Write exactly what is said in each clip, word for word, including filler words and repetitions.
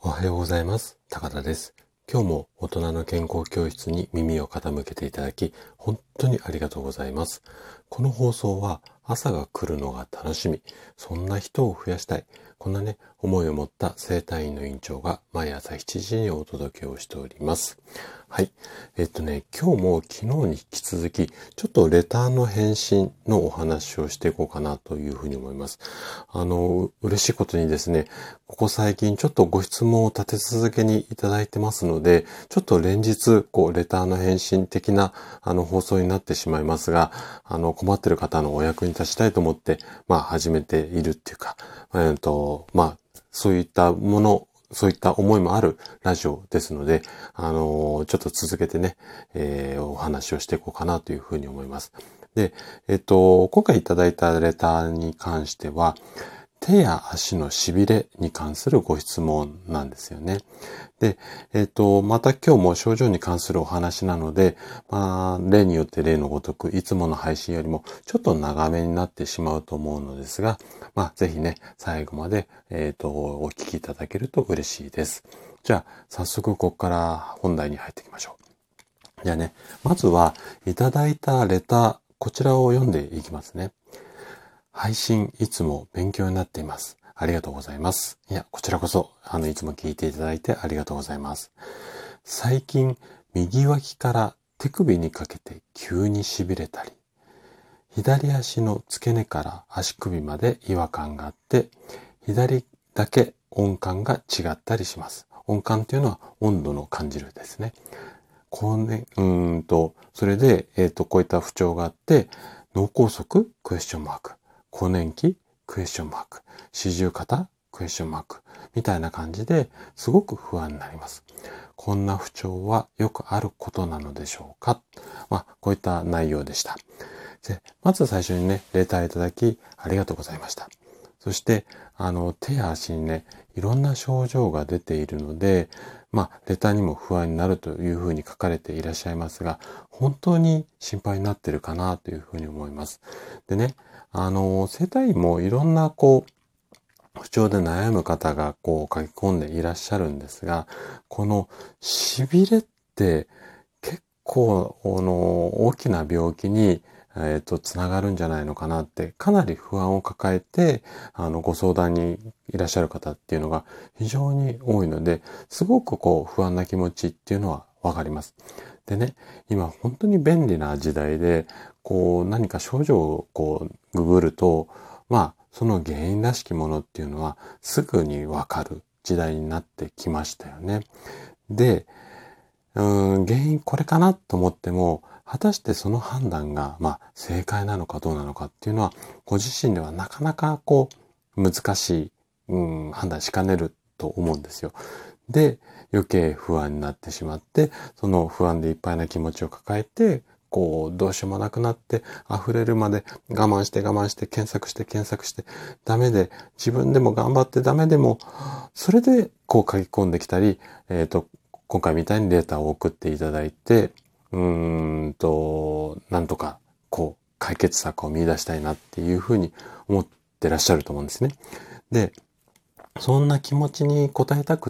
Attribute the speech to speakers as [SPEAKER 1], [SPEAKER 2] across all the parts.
[SPEAKER 1] おはようございます。高田です。今日も大人の健康教室に耳を傾けていただき、本当にありがとうございます。この放送は朝が来るのが楽しみ、そんな人を増やしたい、こんなね、思いを持った整体院の院長が毎朝しちじにお届けをしております。はい。えっとね、今日も昨日に引き続き、ちょっとレターの返信のお話をしていこうかなというふうに思います。あの、嬉しいことにですね、ここ最近ちょっとご質問を立て続けにいただいてますので、ちょっと連日、こう、レターの返信的な、あの、放送になってしまいますが、あの、困っている方のお役に立ちたいと思って、まあ、始めているっていうか、えっと、まあ、そういったもの、そういった思いもあるラジオですので、あの、ちょっと続けてね、えー、お話をしていこうかなというふうに思います。で、えっと、今回いただいたレターに関しては、手や足のしびれに関するご質問なんですよね。で、えっと、また今日も症状に関するお話なので、まあ、例によって例のごとく、いつもの配信よりもちょっと長めになってしまうと思うのですが、まあ、ぜひね、最後まで、えっと、お聞きいただけると嬉しいです。じゃあ、早速ここから本題に入っていきましょう。じゃあね、まずはいただいたレター、こちらを読んでいきますね。配信いつも勉強になっています。ありがとうございます。いや、こちらこそ、あの、いつも聞いていただいてありがとうございます。最近、右脇から手首にかけて急に痺れたり、左足の付け根から足首まで違和感があって、左だけ温感が違ったりします。温感というのは温度の感じるですね。こうね、うーんと、それで、えっと、こういった不調があって、脳梗塞クエスチョンマーク。更年期クエスチョンマーク。四十肩クエスチョンマーク。みたいな感じですごく不安になります。こんな不調はよくあることなのでしょうか？まあ、こういった内容でした。で、まず最初にね、レターいただきありがとうございました。そして、あの、手や足にね、いろんな症状が出ているので、まあ、レターにも不安になるというふうに書かれていらっしゃいますが、本当に心配になってるかなというふうに思います。でね、あの、整体院もいろんな、こう、不調で悩む方がこう書き込んでいらっしゃるんですが、この痺れって結構、あの、大きな病気にえっと、つながるんじゃないのかなって、かなり不安を抱えて、あの、ご相談にいらっしゃる方っていうのが非常に多いので、すごくこう、不安な気持ちっていうのはわかります。でね、今本当に便利な時代で、こう、何か症状をこう、ググると、まあ、その原因らしきものっていうのはすぐにわかる時代になってきましたよね。で、うーん、原因これかなと思っても、果たしてその判断が、まあ、正解なのかどうなのかっていうのは、ご自身ではなかなかこう、難しい、うん、判断しかねると思うんですよ。で、余計不安になってしまって、その不安でいっぱいな気持ちを抱えて、こう、どうしようもなくなって、溢れるまで我慢して我慢して検索して検索して、ダメで、自分でも頑張ってダメでも、それでこう書き込んできたり、えっと、今回みたいにデータを送っていただいて、うーんと、なんとか、こう、解決策を見出したいなっていうふうに思ってらっしゃると思うんですね。で、そんな気持ちに応えたくって、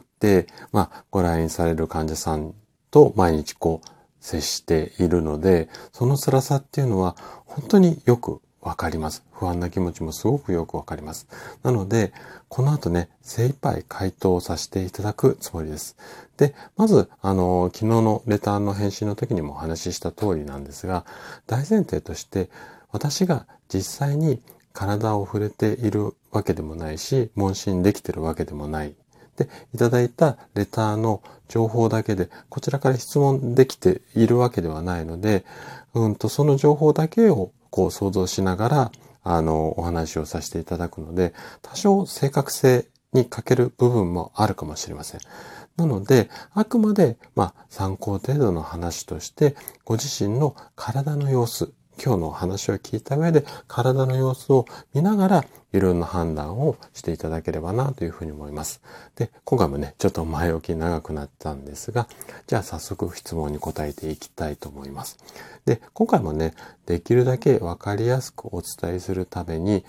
[SPEAKER 1] まあ、ご来院される患者さんと毎日こう、接しているので、その辛さっていうのは本当によくわかります。不安な気持ちもすごくよくわかります。なので、この後ね、精一杯回答させていただくつもりです。で、まず、あの、昨日のレターの返信の時にもお話しした通りなんですが、大前提として、私が実際に体を触れているわけでもないし、問診できてるわけでもない。で、いただいたレターの情報だけで、こちらから質問できているわけではないので、うんと、その情報だけをこう想像しながら、あの、お話をさせていただくので、多少正確性に欠ける部分もあるかもしれません。なので、あくまで、まあ、参考程度の話として、ご自身の体の様子、今日の話を聞いた上で体の様子を見ながらいろんな判断をしていただければなというふうに思います。で、今回もね、ちょっと前置き長くなったんですが、じゃあ早速質問に答えていきたいと思います。で、今回もね、できるだけわかりやすくお伝えするために、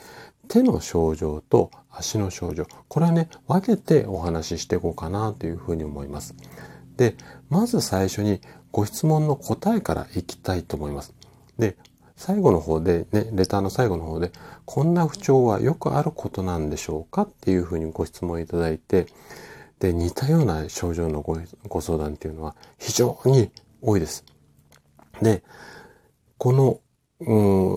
[SPEAKER 1] 手の症状と足の症状、これはね、分けてお話ししていこうかなというふうに思います。で、まず最初にご質問の答えからいきたいと思います。で、最後の方でね、レターの最後の方で、こんな不調はよくあることなんでしょうかっていうふうにご質問いただいて、で、似たような症状のご、ご相談っていうのは非常に多いです。で、この、うん、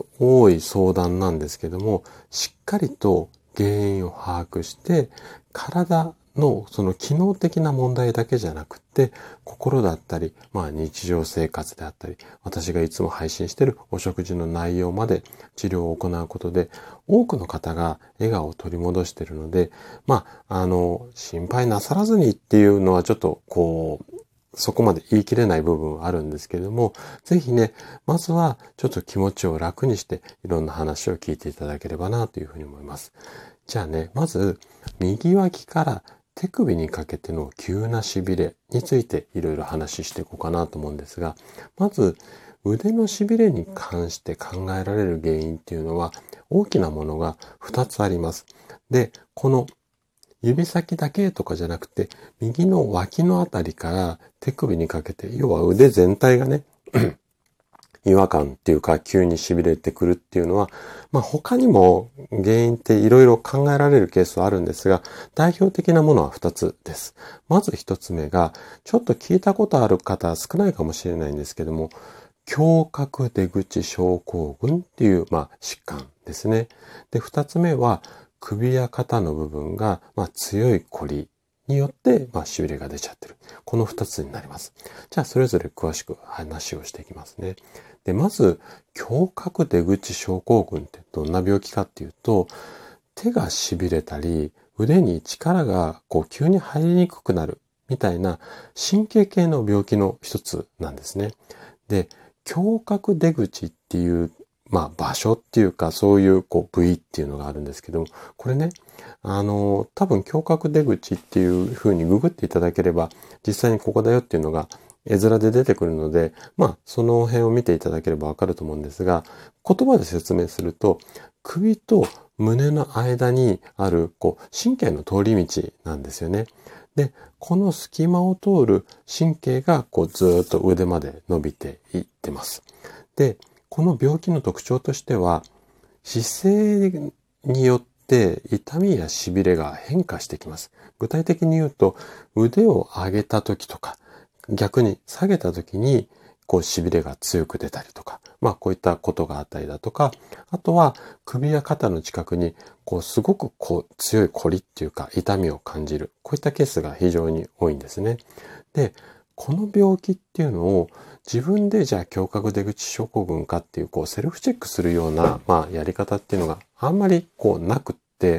[SPEAKER 1] 多い相談なんですけども、しっかりと原因を把握して、体のその機能的な問題だけじゃなくて、心だったり、まあ日常生活であったり、私がいつも配信しているお食事の内容まで治療を行うことで、多くの方が笑顔を取り戻しているので、まあ、あの、心配なさらずにっていうのはちょっとこう、そこまで言い切れない部分はあるんですけれども、ぜひね、まずはちょっと気持ちを楽にしていろんな話を聞いていただければなというふうに思います。じゃあね、まず右脇から手首にかけての急なしびれについていろいろ話していこうかなと思うんですが、まず腕のしびれに関して考えられる原因っていうのは大きなものがふたつあります。で、この指先だけとかじゃなくて、右の脇のあたりから手首にかけて、要は腕全体がね、違和感っていうか急に痺れてくるっていうのは、まあ他にも原因っていろいろ考えられるケースはあるんですが、代表的なものはふたつです。まずひとつめが、ちょっと聞いたことある方少ないかもしれないんですけども、胸郭出口症候群っていう、まあ、疾患ですね。で、ふたつめは、首や肩の部分が、まあ、強い凝りによって、まあ、痺れが出ちゃってる。このふたつになります。じゃあ、それぞれ詳しく話をしていきますね。で、まず、胸郭出口症候群ってどんな病気かっていうと、手が痺れたり、腕に力がこう急に入りにくくなるみたいな神経系の病気の一つなんですね。で、胸郭出口っていう、まあ場所っていうかそういうこう部位っていうのがあるんですけども、これね、あの、多分胸郭出口っていう風にググっていただければ、実際にここだよっていうのが絵面で出てくるので、まあその辺を見ていただければわかると思うんですが、言葉で説明すると、首と胸の間にあるこう神経の通り道なんですよね。で、この隙間を通る神経がこうずーっと腕まで伸びていってます。で、この病気の特徴としては、姿勢によって痛みや痺れが変化してきます。具体的に言うと、腕を上げた時とか、逆に下げた時にこう痺れが強く出たりとか、まあこういったことがあったりだとか、あとは首や肩の近くにこうすごくこう強い凝りっていうか痛みを感じる。こういったケースが非常に多いんですね。で、この病気っていうのを自分でじゃあ胸郭出口症候群かっていうこうセルフチェックするようなまあやり方っていうのがあんまりこうなくって、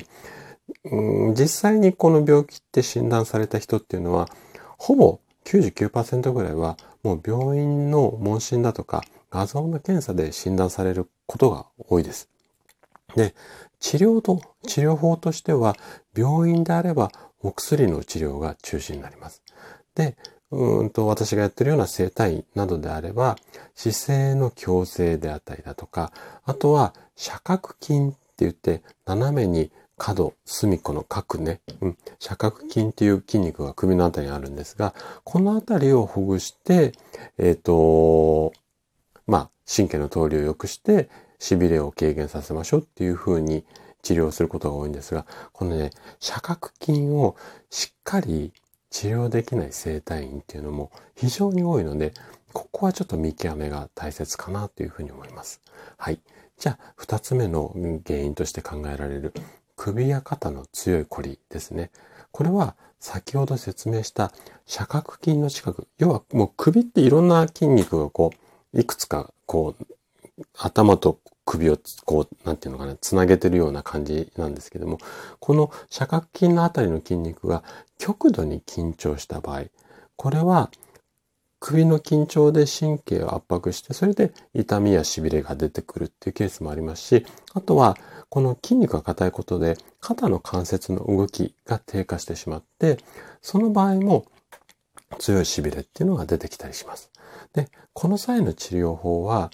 [SPEAKER 1] うん、実際にこの病気って診断された人っていうのはほぼきゅうじゅうきゅうパーセント ぐらいはもう病院の問診だとか画像の検査で診断されることが多いです。で、治療と、治療法としては病院であればお薬の治療が中心になります。で、うーんと私がやってるような整体院などであれば姿勢の矯正であったりだとか、あとは斜角筋って言って斜めに角、隅っこの角ね、うん、斜角筋っていう筋肉が首のあたりにあるんですが、このあたりをほぐして、えっと、まあ、神経の通りを良くして、痺れを軽減させましょうっていう風に治療することが多いんですが、このね、斜角筋をしっかり治療できない整体院っていうのも非常に多いので、ここはちょっと見極めが大切かなというふうに思います。はい。じゃあ、二つ目の原因として考えられる首や肩の強い凝りですね。これは先ほど説明した斜角筋の近く、要はもう首っていろんな筋肉がこう、いくつかこう、頭と首をこう、なんていうのかな、つなげてるような感じなんですけども、この斜角筋のあたりの筋肉が極度に緊張した場合、これは首の緊張で神経を圧迫して、それで痛みや痺れが出てくるっていうケースもありますし、あとはこの筋肉が硬いことで肩の関節の動きが低下してしまって、その場合も強い痺れっていうのが出てきたりします。で、この際の治療法は、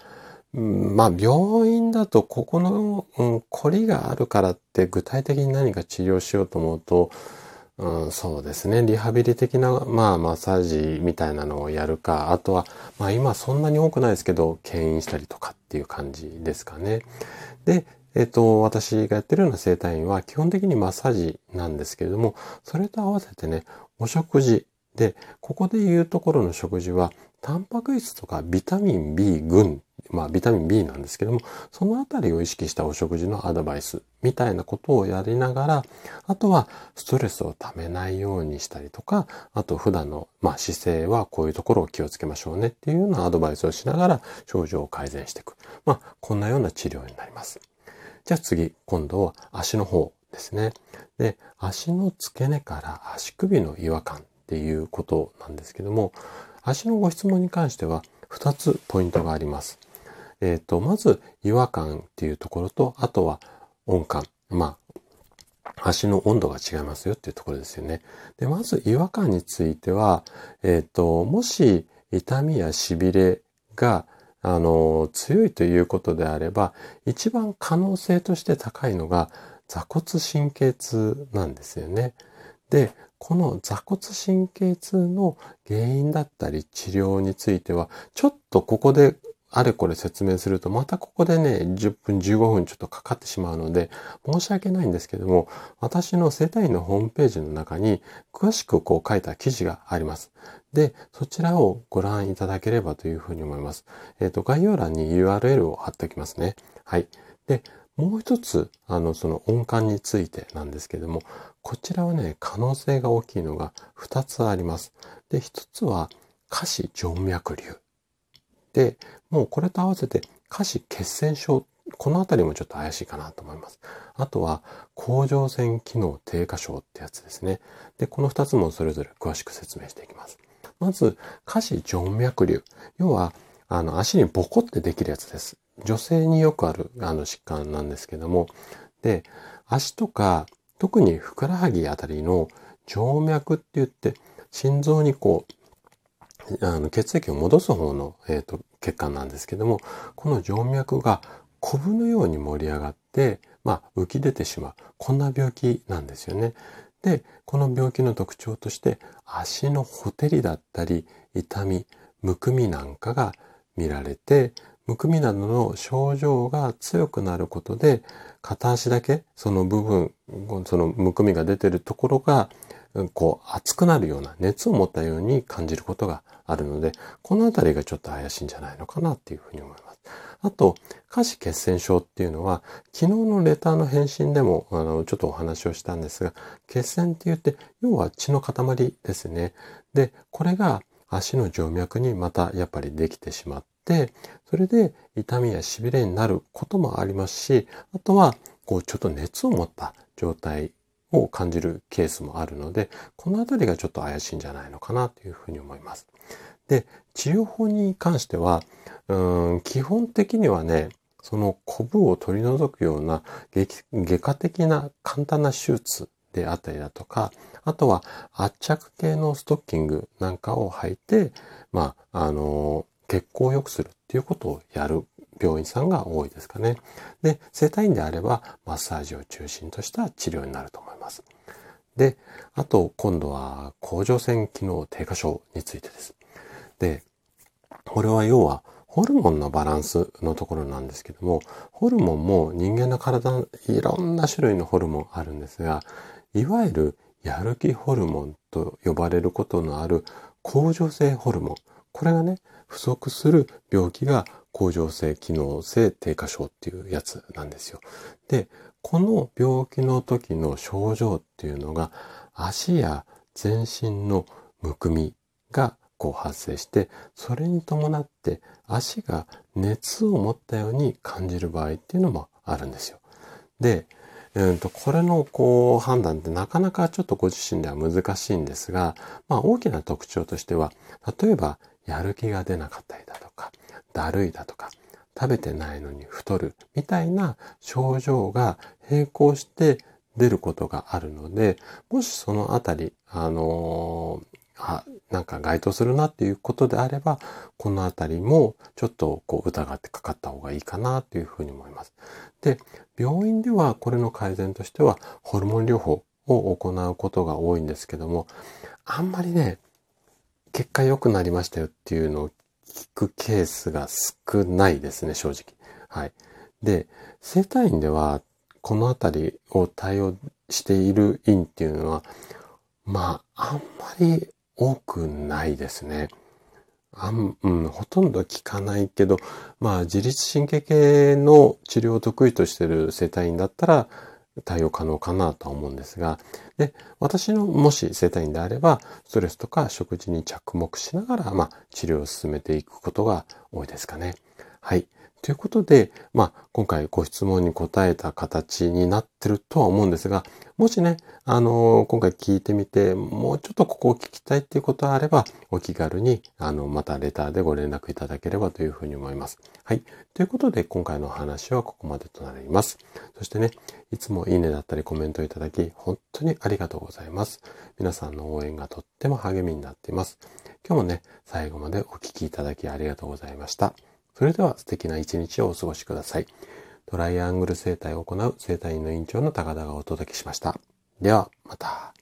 [SPEAKER 1] うん、まあ、病院だとここの、うん、凝りがあるからって具体的に何か治療しようと思うと、うん、そうですね。リハビリ的な、まあ、マッサージみたいなのをやるか、あとは、まあ今そんなに多くないですけど、牽引したりとかっていう感じですかね。で、えっと、私がやってるような整体院は基本的にマッサージなんですけれども、それと合わせてね、お食事で、ここで言うところの食事は、タンパク質とかビタミン B 群、まあビタミン B なんですけども、そのあたりを意識したお食事のアドバイスみたいなことをやりながら、あとはストレスをためないようにしたりとか、あと普段の、まあ、姿勢はこういうところを気をつけましょうねっていうようなアドバイスをしながら症状を改善していく。まあ、こんなような治療になります。じゃあ次、今度は足の方ですね。で、足の付け根から足首の違和感っていうことなんですけども、足のご質問に関してはふたつポイントがあります。えっと、まず違和感っていうところと、あとは温感。まあ、足の温度が違いますよっていうところですよね。で、まず違和感については、えっと、もし痛みや痺れが、あの、強いということであれば、一番可能性として高いのが坐骨神経痛なんですよね。で、この坐骨神経痛の原因だったり治療については、ちょっとここであれこれ説明すると、またここでね、じゅっぷん、じゅうごふんちょっとかかってしまうので、申し訳ないんですけども、私の整体院のホームページの中に、詳しくこう書いた記事があります。で、そちらをご覧いただければというふうに思います。えっと、概要欄に ユーアールエル を貼っておきますね。はい。で、もう一つ、あの、その音感についてなんですけども、こちらはね、可能性が大きいのが二つあります。で、一つは、下肢静脈瘤。で、もうこれと合わせて下肢血栓症、このあたりもちょっと怪しいかなと思います。あとは、甲状腺機能低下症ってやつですね。で、この二つもそれぞれ詳しく説明していきます。まず、下肢静脈瘤。要は、あの、足にボコってできるやつです。女性によくある、あの、疾患なんですけども。で、足とか、特にふくらはぎあたりの静脈って言って、心臓にこう、あの血液を戻す方の、えーと、血管なんですけども、この静脈がコブのように盛り上がって、まあ、浮き出てしまう。こんな病気なんですよね。で、この病気の特徴として、足のほてりだったり、痛み、むくみなんかが見られて、むくみなどの症状が強くなることで、片足だけその部分、そのむくみが出てるところが、こう熱くなるような熱を持ったように感じることがあるので、このあたりがちょっと怪しいんじゃないのかなっていうふうに思います。あと、下肢血栓症っていうのは、昨日のレターの返信でも、あの、ちょっとお話をしたんですが、血栓って言って、要は血の塊ですね。で、これが足の静脈にまたやっぱりできてしまって、それで痛みや痺れになることもありますし、あとは、こう、ちょっと熱を持った状態を感じるケースもあるので、このあたりがちょっと怪しいんじゃないのかなというふうに思います。で、治療法に関しては、うーん基本的にはね、そのコブを取り除くような外科的な簡単な手術であったりだとか、あとは圧着系のストッキングなんかを履いて、まあ、あの、血行を良くするっていうことをやる病院さんが多いですかね。で、整体院であればマッサージを中心とした治療になると思います。で、あと今度は甲状腺機能低下症についてです。で、これは要はホルモンのバランスのところなんですけども、ホルモンも人間の体、いろんな種類のホルモンあるんですが、いわゆるやる気ホルモンと呼ばれることのある甲状腺ホルモン。これがね、不足する病気が甲状腺機能性低下症っていうやつなんですよ。で、この病気の時の症状っていうのが、足や全身のむくみがこう発生して、それに伴って足が熱を持ったように感じる場合っていうのもあるんですよ。で、えー、とこれのこう判断ってなかなかちょっとご自身では難しいんですが、まあ大きな特徴としては、例えばやる気が出なかったりだとか、だるいだとか、食べてないのに太るみたいな症状が並行して出ることがあるので、もしそのあたり、あのーあ、なんか該当するなっていうことであれば、このあたりもちょっとこう疑ってかかった方がいいかなというふうに思います。で、病院ではこれの改善としてはホルモン療法を行うことが多いんですけども、あんまりね、結果良くなりましたよっていうのを聞くケースが少ないですね、正直。はい。で、整体院ではこのあたりを対応している院っていうのは、まあ、あんまり多くないですね。あん、うん、ほとんど効かないけど、まあ、自律神経系の治療を得意としている整体院だったら対応可能かなとは思うんですが、で、私のもし整体院であれば、ストレスとか食事に着目しながら、まあ、治療を進めていくことが多いですかね。はい。ということで、まあ、今回ご質問に答えた形になってるとは思うんですが、もしね、あの、今回聞いてみて、もうちょっとここを聞きたいっていうことがあれば、お気軽に、あの、またレターでご連絡いただければというふうに思います。はい。ということで、今回のお話はここまでとなります。そしてね、いつもいいねだったりコメントいただき、本当にありがとうございます。皆さんの応援がとっても励みになっています。今日もね、最後までお聞きいただきありがとうございました。それでは素敵な一日をお過ごしください。トライアングル整体を行う整体院の院長の高田がお届けしました。では、また。